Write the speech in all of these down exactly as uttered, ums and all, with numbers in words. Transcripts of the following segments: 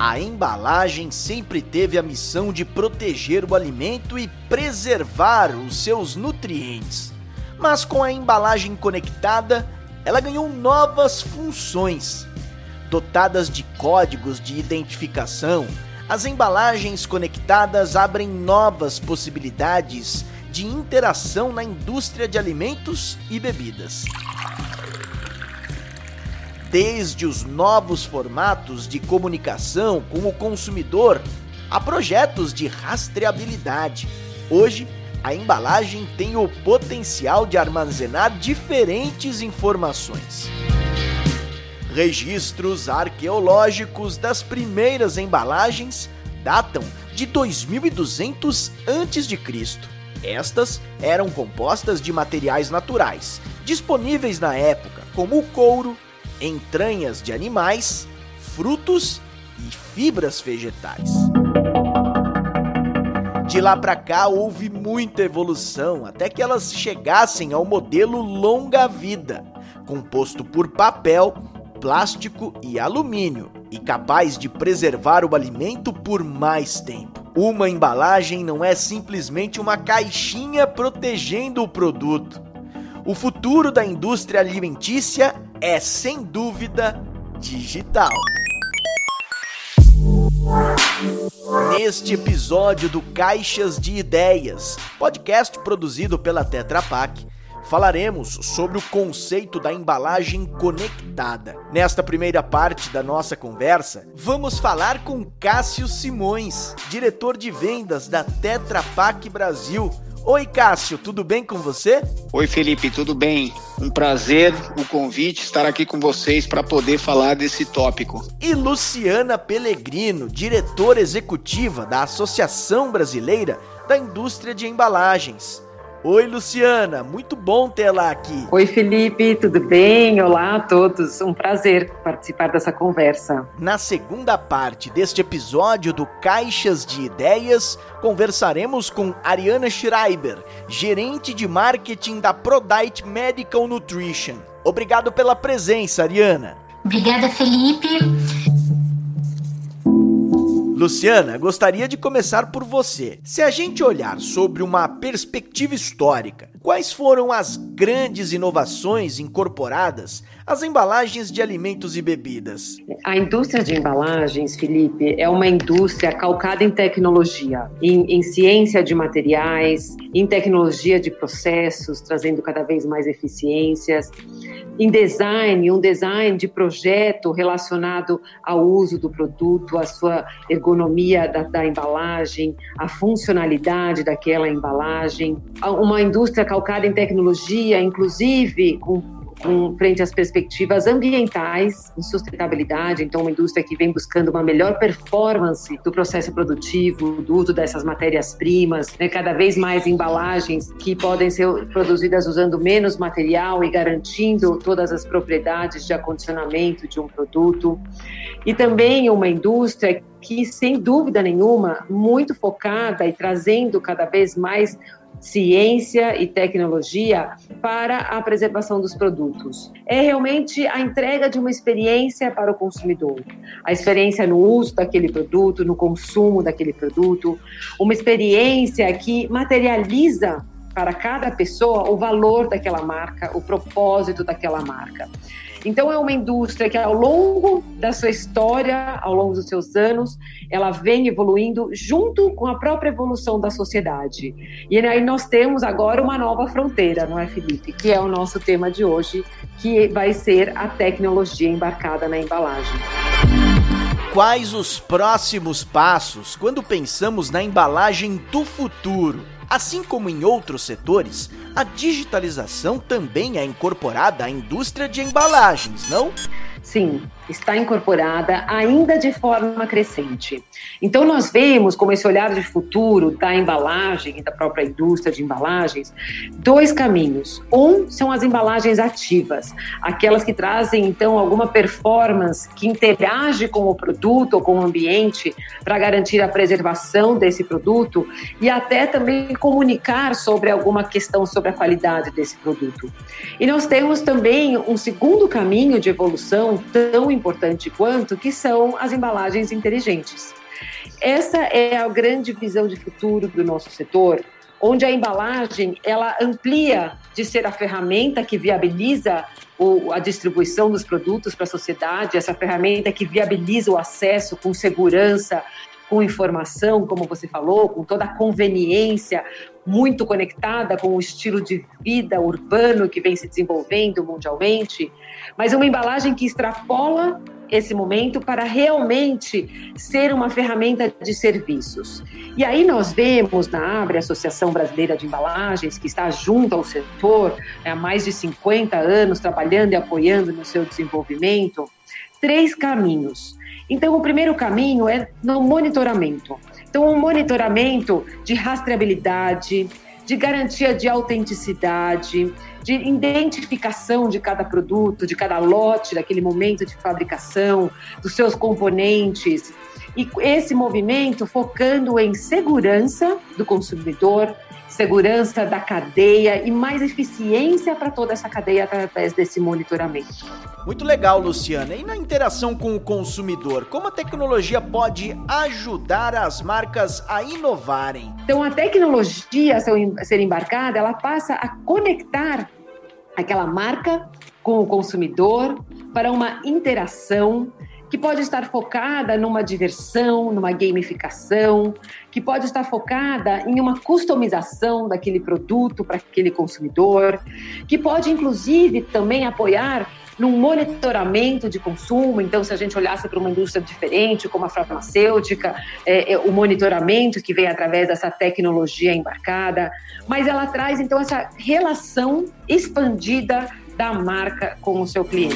A embalagem sempre teve a missão de proteger o alimento e preservar os seus nutrientes. Mas com a embalagem conectada, ela ganhou novas funções. Dotadas de códigos de identificação, as embalagens conectadas abrem novas possibilidades de interação na indústria de alimentos e bebidas. Desde os novos formatos de comunicação com o consumidor a projetos de rastreabilidade, hoje a embalagem tem o potencial de armazenar diferentes informações. Registros arqueológicos das primeiras embalagens datam de dois mil e duzentos antes de Cristo. Estas eram compostas de materiais naturais, disponíveis na época, como o couro, entranhas de animais, frutos e fibras vegetais. De lá para cá houve muita evolução até que elas chegassem ao modelo longa-vida, composto por papel, plástico e alumínio, e capaz de preservar o alimento por mais tempo. Uma embalagem não é simplesmente uma caixinha protegendo o produto. O futuro da indústria alimentícia é, sem dúvida, digital. Neste episódio do Caixas de Ideias, podcast produzido pela Tetra Pak, falaremos sobre o conceito da embalagem conectada. Nesta primeira parte da nossa conversa, vamos falar com Cássio Simões, diretor de vendas da Tetra Pak Brasil. Oi, Cássio, tudo bem com você? Oi, Felipe, tudo bem? Um prazer, o convite, estar aqui com vocês para poder falar desse tópico. E Luciana Pellegrino, diretora executiva da Associação Brasileira da Indústria de Embalagens. Oi, Luciana, muito bom tê-la aqui. Oi, Felipe, tudo bem? Olá a todos, um prazer participar dessa conversa. Na segunda parte deste episódio do Caixas de Ideias, conversaremos com Ariana Schreiber, gerente de marketing da Prodite Medical Nutrition. Obrigado pela presença, Ariana. Obrigada, Felipe. Luciana, gostaria de começar por você. Se a gente olhar sobre uma perspectiva histórica, quais foram as grandes inovações incorporadas às embalagens de alimentos e bebidas? A indústria de embalagens, Felipe, é uma indústria calcada em tecnologia, em, em ciência de materiais, em tecnologia de processos, trazendo cada vez mais eficiências, em design, um design de projeto relacionado ao uso do produto, à sua ergonomia da, da embalagem, a funcionalidade daquela embalagem, uma indústria calcada em tecnologia, inclusive com Um, frente às perspectivas ambientais e sustentabilidade, então uma indústria que vem buscando uma melhor performance do processo produtivo, do uso dessas matérias-primas, né, cada vez mais embalagens que podem ser produzidas usando menos material e garantindo todas as propriedades de acondicionamento de um produto. E também uma indústria que, sem dúvida nenhuma, muito focada e trazendo cada vez mais ciência e tecnologia para a preservação dos produtos. É realmente a entrega de uma experiência para o consumidor, a experiência no uso daquele produto, no consumo daquele produto, uma experiência que materializa para cada pessoa o valor daquela marca, o propósito daquela marca. Então é uma indústria que ao longo da sua história, ao longo dos seus anos, ela vem evoluindo junto com a própria evolução da sociedade. E aí nós temos agora uma nova fronteira, não é, Felipe? Que é o nosso tema de hoje, que vai ser a tecnologia embarcada na embalagem. Quais os próximos passos quando pensamos na embalagem do futuro? Assim como em outros setores, a digitalização também é incorporada à indústria de embalagens, não? Sim, está incorporada ainda de forma crescente. Então nós vemos, como esse olhar de futuro da embalagem e da própria indústria de embalagens, dois caminhos. Um são as embalagens ativas, aquelas que trazem então alguma performance que interage com o produto ou com o ambiente para garantir a preservação desse produto e até também comunicar sobre alguma questão sobre a qualidade desse produto. E nós temos também um segundo caminho de evolução inovação tão importante quanto, que são as embalagens inteligentes. Essa é a grande visão de futuro do nosso setor, onde a embalagem ela amplia de ser a ferramenta que viabiliza o, a distribuição dos produtos para a sociedade, essa ferramenta que viabiliza o acesso com segurança, com informação, como você falou, com toda a conveniência, muito conectada com o estilo de vida urbano que vem se desenvolvendo mundialmente, mas uma embalagem que extrapola esse momento para realmente ser uma ferramenta de serviços. E aí nós vemos na ABRE, Associação Brasileira de Embalagens, que está junto ao setor há mais de cinquenta anos, trabalhando e apoiando no seu desenvolvimento, três caminhos. Então, o primeiro caminho é no monitoramento. Então, um monitoramento de rastreabilidade, de garantia de autenticidade, de identificação de cada produto, de cada lote, daquele momento de fabricação, dos seus componentes. E esse movimento focando em segurança do consumidor, segurança da cadeia e mais eficiência para toda essa cadeia através desse monitoramento. Muito legal, Luciana. E na interação com o consumidor, como a tecnologia pode ajudar as marcas a inovarem? Então, a tecnologia a ser embarcada, ela passa a conectar aquela marca com o consumidor para uma interação que pode estar focada numa diversão, numa gamificação, que pode estar focada em uma customização daquele produto para aquele consumidor, que pode, inclusive, também apoiar num monitoramento de consumo. Então, se a gente olhasse para uma indústria diferente, como a farmacêutica, é, é, o monitoramento que vem através dessa tecnologia embarcada, mas ela traz, então, essa relação expandida da marca com o seu cliente.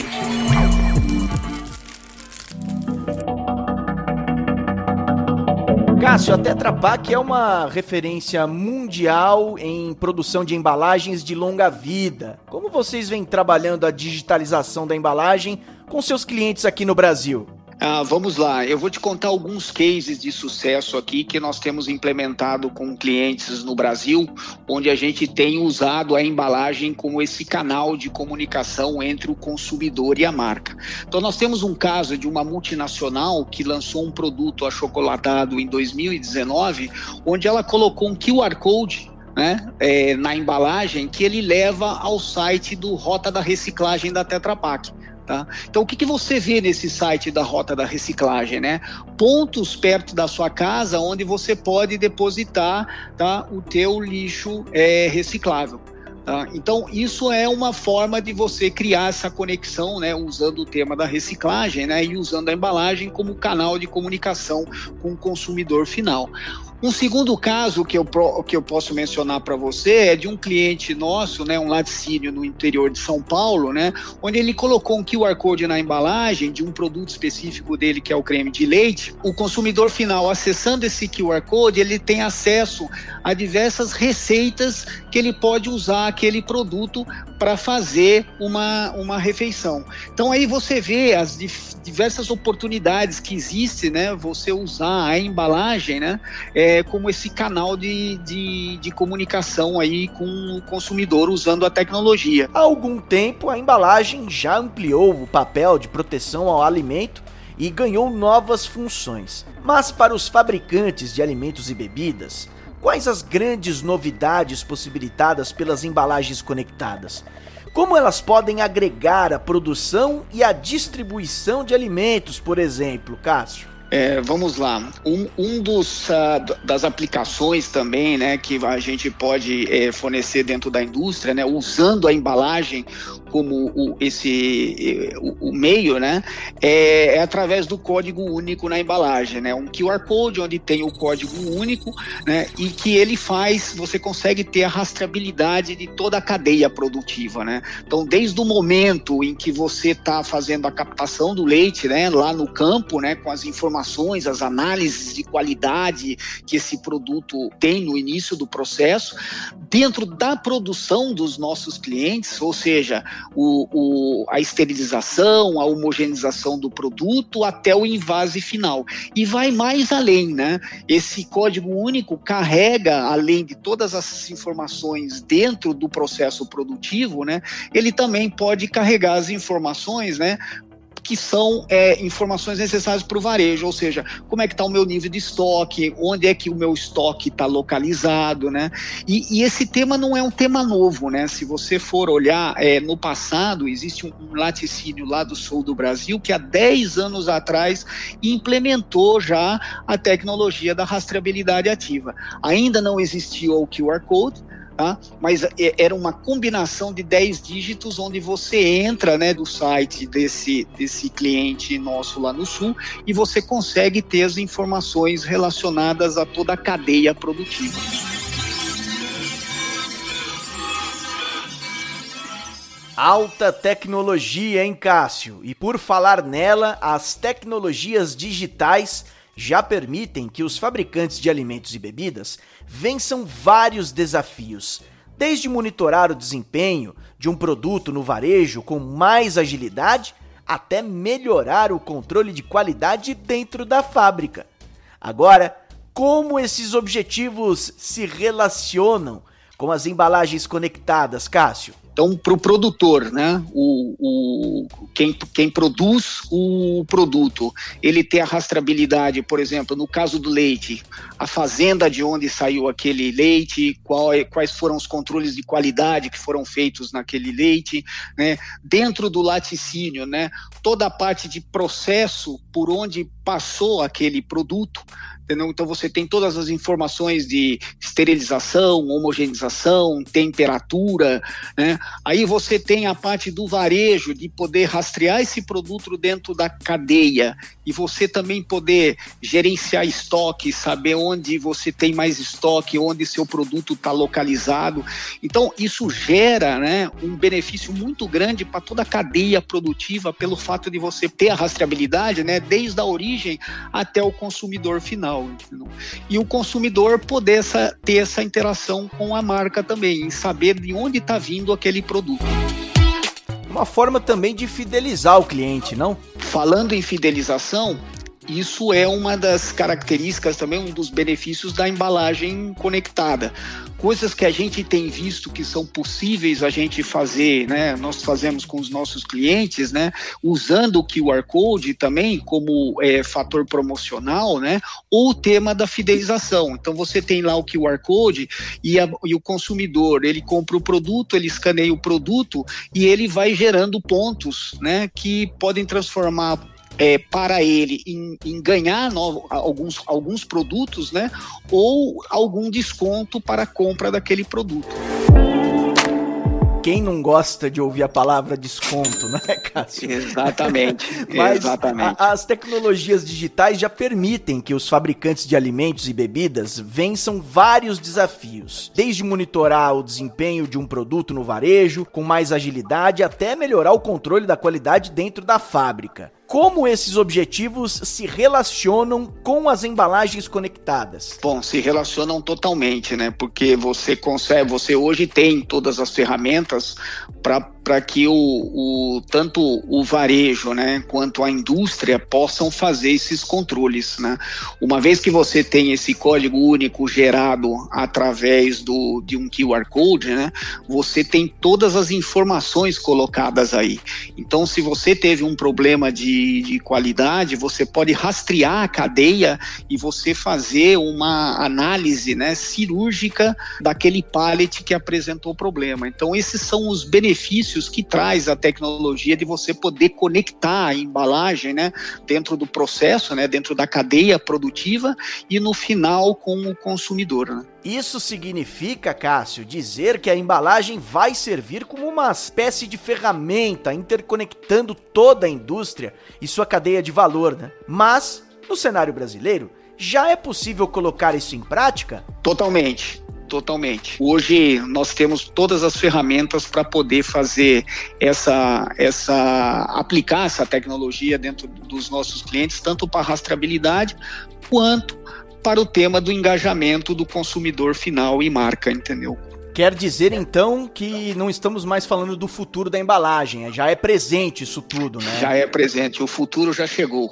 Cássio, a Tetra Pak é uma referência mundial em produção de embalagens de longa vida. Como vocês vêm trabalhando a digitalização da embalagem com seus clientes aqui no Brasil? Ah, vamos lá, eu vou te contar alguns cases de sucesso aqui que nós temos implementado com clientes no Brasil, onde a gente tem usado a embalagem como esse canal de comunicação entre o consumidor e a marca. Então nós temos um caso de uma multinacional que lançou um produto achocolatado em dois mil e dezenove, onde ela colocou um Q R Code, né, é, na embalagem, que ele leva ao site do Rota da Reciclagem da Tetra Pak. Tá? Então, o que, que você vê nesse site da Rota da Reciclagem, né? Pontos perto da sua casa onde você pode depositar, tá, o teu lixo é, reciclável. Tá? Então, isso é uma forma de você criar essa conexão, né, usando o tema da reciclagem, né, e usando a embalagem como canal de comunicação com o consumidor final. Um segundo caso que eu, que eu posso mencionar para você é de um cliente nosso, né, um laticínio no interior de São Paulo, né, onde ele colocou um Q R Code na embalagem de um produto específico dele, que é o creme de leite. O consumidor final, acessando esse Q R Code, ele tem acesso a diversas receitas que ele pode usar aquele produto para fazer uma, uma refeição. Então aí você vê as diversas oportunidades que existem, né, você usar a embalagem, né, é, É, como esse canal de, de, de comunicação aí com o consumidor usando a tecnologia. Há algum tempo, a embalagem já ampliou o papel de proteção ao alimento e ganhou novas funções. Mas para os fabricantes de alimentos e bebidas, quais as grandes novidades possibilitadas pelas embalagens conectadas? Como elas podem agregar a produção e a distribuição de alimentos, por exemplo, Cássio? É, vamos lá, um, um dos, uh, das aplicações também, né, que a gente pode é, fornecer dentro da indústria, né, usando a embalagem como o, esse, o, o meio, né, é, é através do código único na embalagem, né, um Q R Code onde tem o código único, né, e que ele faz, você consegue ter a rastreabilidade de toda a cadeia produtiva, né, então desde o momento em que você está fazendo a captação do leite, né, lá no campo, né, com as informações, as análises de qualidade que esse produto tem no início do processo, dentro da produção dos nossos clientes, ou seja, O, o, a esterilização, a homogeneização do produto até o envase final. E vai mais além, né? Esse código único carrega, além de todas essas informações dentro do processo produtivo, né? Ele também pode carregar as informações, né, que são é, informações necessárias para o varejo, ou seja, como é que está o meu nível de estoque, onde é que o meu estoque está localizado, né? E, e esse tema não é um tema novo, né? Se você for olhar, é, no passado, existe um, um laticínio lá do sul do Brasil que há dez anos atrás implementou já a tecnologia da rastreabilidade ativa. Ainda não existia o Q R Code, tá? Mas era uma combinação de dez dígitos onde você entra, né, do site desse, desse cliente nosso lá no sul e você consegue ter as informações relacionadas a toda a cadeia produtiva. Alta tecnologia, hein, Cássio? E por falar nela, as tecnologias digitais já permitem que os fabricantes de alimentos e bebidas vençam vários desafios, desde monitorar o desempenho de um produto no varejo com mais agilidade, até melhorar o controle de qualidade dentro da fábrica. Agora, como esses objetivos se relacionam com as embalagens conectadas, Cássio? Então, para o produtor, né, o, o, quem, quem produz o produto, ele tem a rastreabilidade, por exemplo, no caso do leite, a fazenda de onde saiu aquele leite, qual, quais foram os controles de qualidade que foram feitos naquele leite, né, dentro do laticínio, né, toda a parte de processo por onde passou aquele produto. Entendeu? Então você tem todas as informações de esterilização, homogeneização, temperatura, né? Aí você tem a parte do varejo, de poder rastrear esse produto dentro da cadeia e você também poder gerenciar estoque, saber onde você tem mais estoque, onde seu produto está localizado. Então isso gera, né, um benefício muito grande para toda a cadeia produtiva pelo fato de você ter a rastreabilidade, né, desde a origem até o consumidor final. Entendeu? E o consumidor poder essa, ter essa interação com a marca também, em saber de onde está vindo aquele produto. Uma forma também de fidelizar o cliente, não? Falando em fidelização, isso é uma das características também, um dos benefícios da embalagem conectada. Coisas que a gente tem visto que são possíveis a gente fazer, né? Nós fazemos com os nossos clientes, né? Usando o Q R Code também como é, fator promocional, né? Ou o tema da fidelização. Então você tem lá o Q R Code e, a, e o consumidor, ele compra o produto, ele escaneia o produto e ele vai gerando pontos, né? Que podem transformar É, para ele em, em ganhar novo, alguns, alguns produtos, né, ou algum desconto para a compra daquele produto. Quem não gosta de ouvir a palavra desconto, não é, Cássio? Exatamente. Mas exatamente. A, as tecnologias digitais já permitem que os fabricantes de alimentos e bebidas vençam vários desafios, desde monitorar o desempenho de um produto no varejo com mais agilidade até melhorar o controle da qualidade dentro da fábrica. Como esses objetivos se relacionam com as embalagens conectadas? Bom, se relacionam totalmente, né? Porque você consegue, você hoje tem todas as ferramentas para que o, o, tanto o varejo, né, quanto a indústria possam fazer esses controles, né? Uma vez que você tem esse código único gerado através do, de um Q R Code, né, você tem todas as informações colocadas aí. Então, se você teve um problema de de qualidade, você pode rastrear a cadeia e você fazer uma análise, né, cirúrgica daquele pallet que apresentou o problema. Então esses são os benefícios que traz a tecnologia de você poder conectar a embalagem, né, dentro do processo, né, dentro da cadeia produtiva e no final com o consumidor, né? Isso significa, Cássio, dizer que a embalagem vai servir como uma espécie de ferramenta interconectando toda a indústria e sua cadeia de valor, né? Mas, no cenário brasileiro, já é possível colocar isso em prática? Totalmente. Totalmente. Hoje nós temos todas as ferramentas para poder fazer essa, essa, aplicar essa tecnologia dentro dos nossos clientes, tanto para rastreabilidade quanto para o tema do engajamento do consumidor final e marca, entendeu? Quer dizer, então, que não estamos mais falando do futuro da embalagem, já é presente isso tudo, né? Já é presente, o futuro já chegou.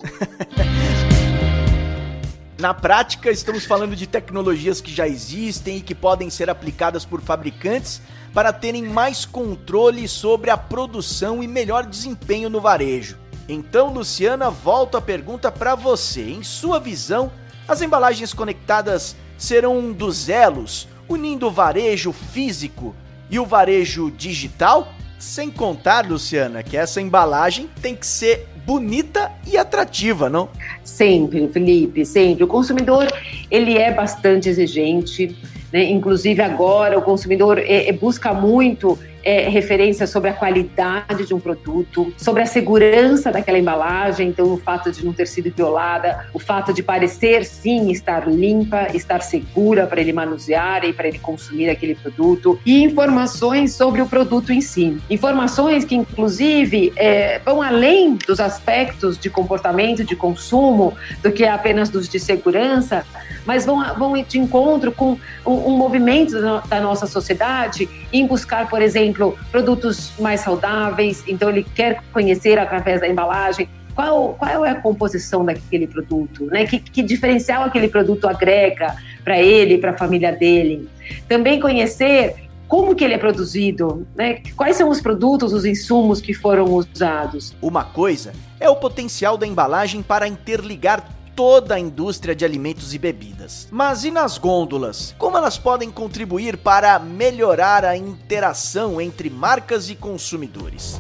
Na prática, estamos falando de tecnologias que já existem e que podem ser aplicadas por fabricantes para terem mais controle sobre a produção e melhor desempenho no varejo. Então, Luciana, volto a pergunta para você. Em sua visão, as embalagens conectadas serão um dos elos unindo o varejo físico e o varejo digital? Sem contar, Luciana, que essa embalagem tem que ser bonita e atrativa, não? Sempre, Felipe, sempre. O consumidor, ele é bastante exigente, né? Inclusive agora o consumidor é, é, busca muito é, referência sobre a qualidade de um produto, sobre a segurança daquela embalagem, então o fato de não ter sido violada, o fato de parecer sim estar limpa, estar segura para ele manusear e para ele consumir aquele produto, e informações sobre o produto em si. Informações que inclusive é, vão além dos aspectos de comportamento, de consumo, do que apenas dos de segurança, mas vão, vão de encontro com um, um movimento da nossa sociedade em buscar, por exemplo, produtos mais saudáveis. Então ele quer conhecer através da embalagem qual, qual é a composição daquele produto, né? Que, que diferencial aquele produto agrega para ele, para a família dele. Também conhecer como que ele é produzido, né? Quais são os produtos, os insumos que foram usados. Uma coisa é o potencial da embalagem para interligar toda a indústria de alimentos e bebidas. Mas e nas gôndolas? Como elas podem contribuir para melhorar a interação entre marcas e consumidores?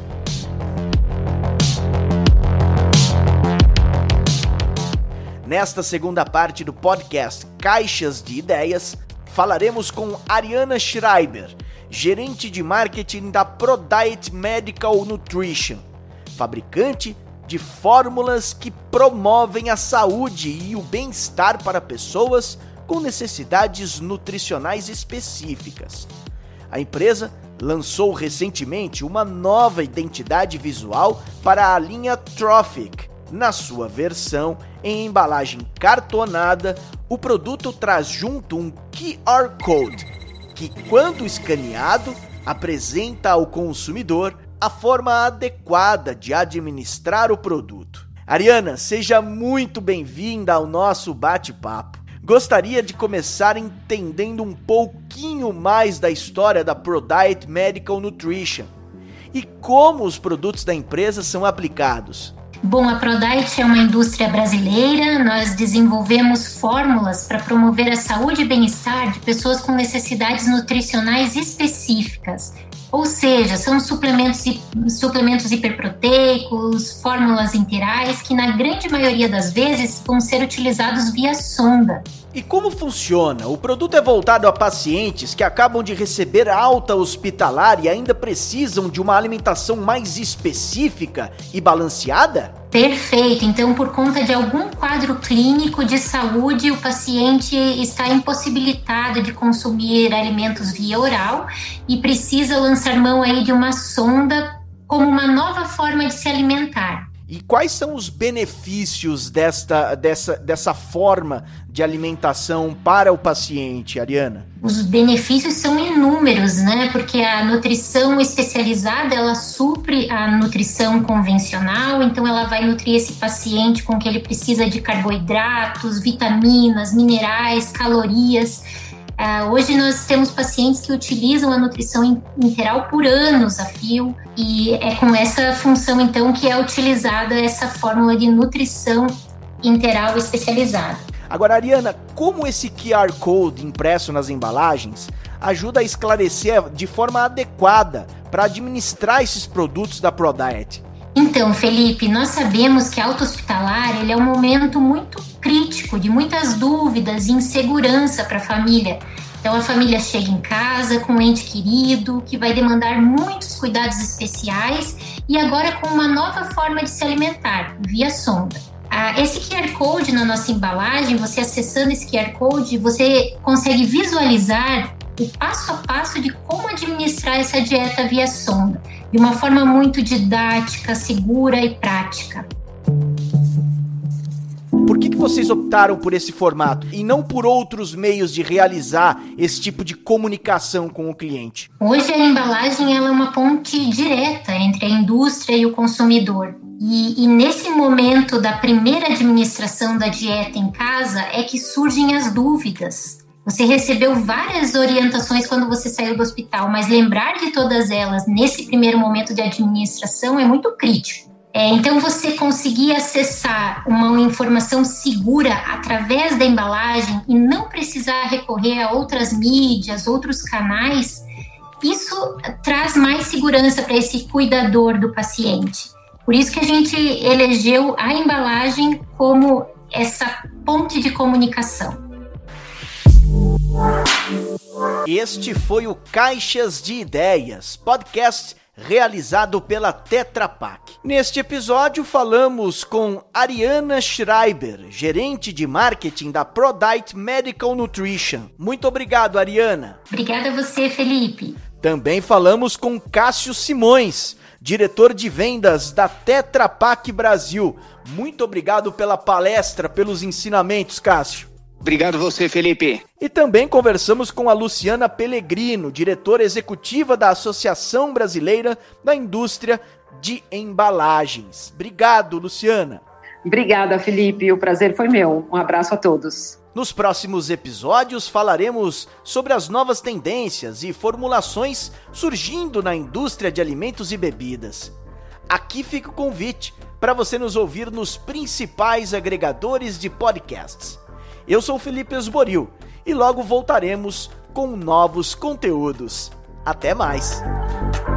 Nesta segunda parte do podcast Caixas de Ideias, falaremos com Ariana Schreiber, gerente de marketing da ProDiet Medical Nutrition, fabricante de fórmulas que promovem a saúde e o bem-estar para pessoas com necessidades nutricionais específicas. A empresa lançou recentemente uma nova identidade visual para a linha Trophic. Na sua versão em embalagem cartonada, o produto traz junto um Q R Code, que, quando escaneado, apresenta ao consumidor a forma adequada de administrar o produto. Ariana, seja muito bem-vinda ao nosso bate-papo. Gostaria de começar entendendo um pouquinho mais da história da ProDiet Medical Nutrition e como os produtos da empresa são aplicados. Bom, a ProDiet é uma indústria brasileira. Nós desenvolvemos fórmulas para promover a saúde e bem-estar de pessoas com necessidades nutricionais específicas. Ou seja, são suplementos, suplementos hiperproteicos, fórmulas interais, que na grande maioria das vezes vão ser utilizados via sonda. E como funciona? O produto é voltado a pacientes que acabam de receber alta hospitalar e ainda precisam de uma alimentação mais específica e balanceada? Perfeito. Então, por conta de algum quadro clínico de saúde, o paciente está impossibilitado de consumir alimentos via oral e precisa lançar mão aí de uma sonda como uma nova forma de se alimentar. E quais são os benefícios desta, dessa, dessa forma de alimentação para o paciente, Ariana? Os benefícios são inúmeros, né? Porque a nutrição especializada, ela supre a nutrição convencional, então ela vai nutrir esse paciente com o que ele precisa de carboidratos, vitaminas, minerais, calorias. Uh, hoje nós temos pacientes que utilizam a nutrição integral por anos a fio e é com essa função então que é utilizada essa fórmula de nutrição integral especializada. Agora, Ariana, como esse Q R Code impresso nas embalagens ajuda a esclarecer de forma adequada para administrar esses produtos da ProDiet? Então, Felipe, nós sabemos que a auto-hospitalar ele é um momento muito crítico, de muitas dúvidas e insegurança para a família. Então, a família chega em casa com um ente querido, que vai demandar muitos cuidados especiais e agora com uma nova forma de se alimentar, via sonda. Ah, esse Q R Code na nossa embalagem, você acessando esse Q R Code, você consegue visualizar o passo a passo de como administrar essa dieta via sonda, de uma forma muito didática, segura e prática. Por que que vocês optaram por esse formato e não por outros meios de realizar esse tipo de comunicação com o cliente? Hoje a embalagem ela é uma ponte direta entre a indústria e o consumidor. E, e nesse momento da primeira administração da dieta em casa é que surgem as dúvidas. Você recebeu várias orientações quando você saiu do hospital, mas lembrar de todas elas nesse primeiro momento de administração é muito crítico. É, então, você conseguir acessar uma informação segura através da embalagem e não precisar recorrer a outras mídias, outros canais, isso traz mais segurança para esse cuidador do paciente. Por isso que a gente elegeu a embalagem como essa ponte de comunicação. Este foi o Caixas de Ideias, podcast realizado pela Tetra Pak. Neste episódio falamos com Ariana Schreiber, gerente de marketing da ProDiet Medical Nutrition. Muito obrigado, Ariana. Obrigada a você, Felipe. Também falamos com Cássio Simões, diretor de vendas da Tetra Pak Brasil. Muito obrigado pela palestra, pelos ensinamentos, Cássio. Obrigado você, Felipe. E também conversamos com a Luciana Pellegrino, diretora executiva da Associação Brasileira da Indústria de Embalagens. Obrigado, Luciana. Obrigada, Felipe. O prazer foi meu. Um abraço a todos. Nos próximos episódios falaremos sobre as novas tendências e formulações surgindo na indústria de alimentos e bebidas. Aqui fica o convite para você nos ouvir nos principais agregadores de podcasts. Eu sou Felipe Esboril e logo voltaremos com novos conteúdos. Até mais!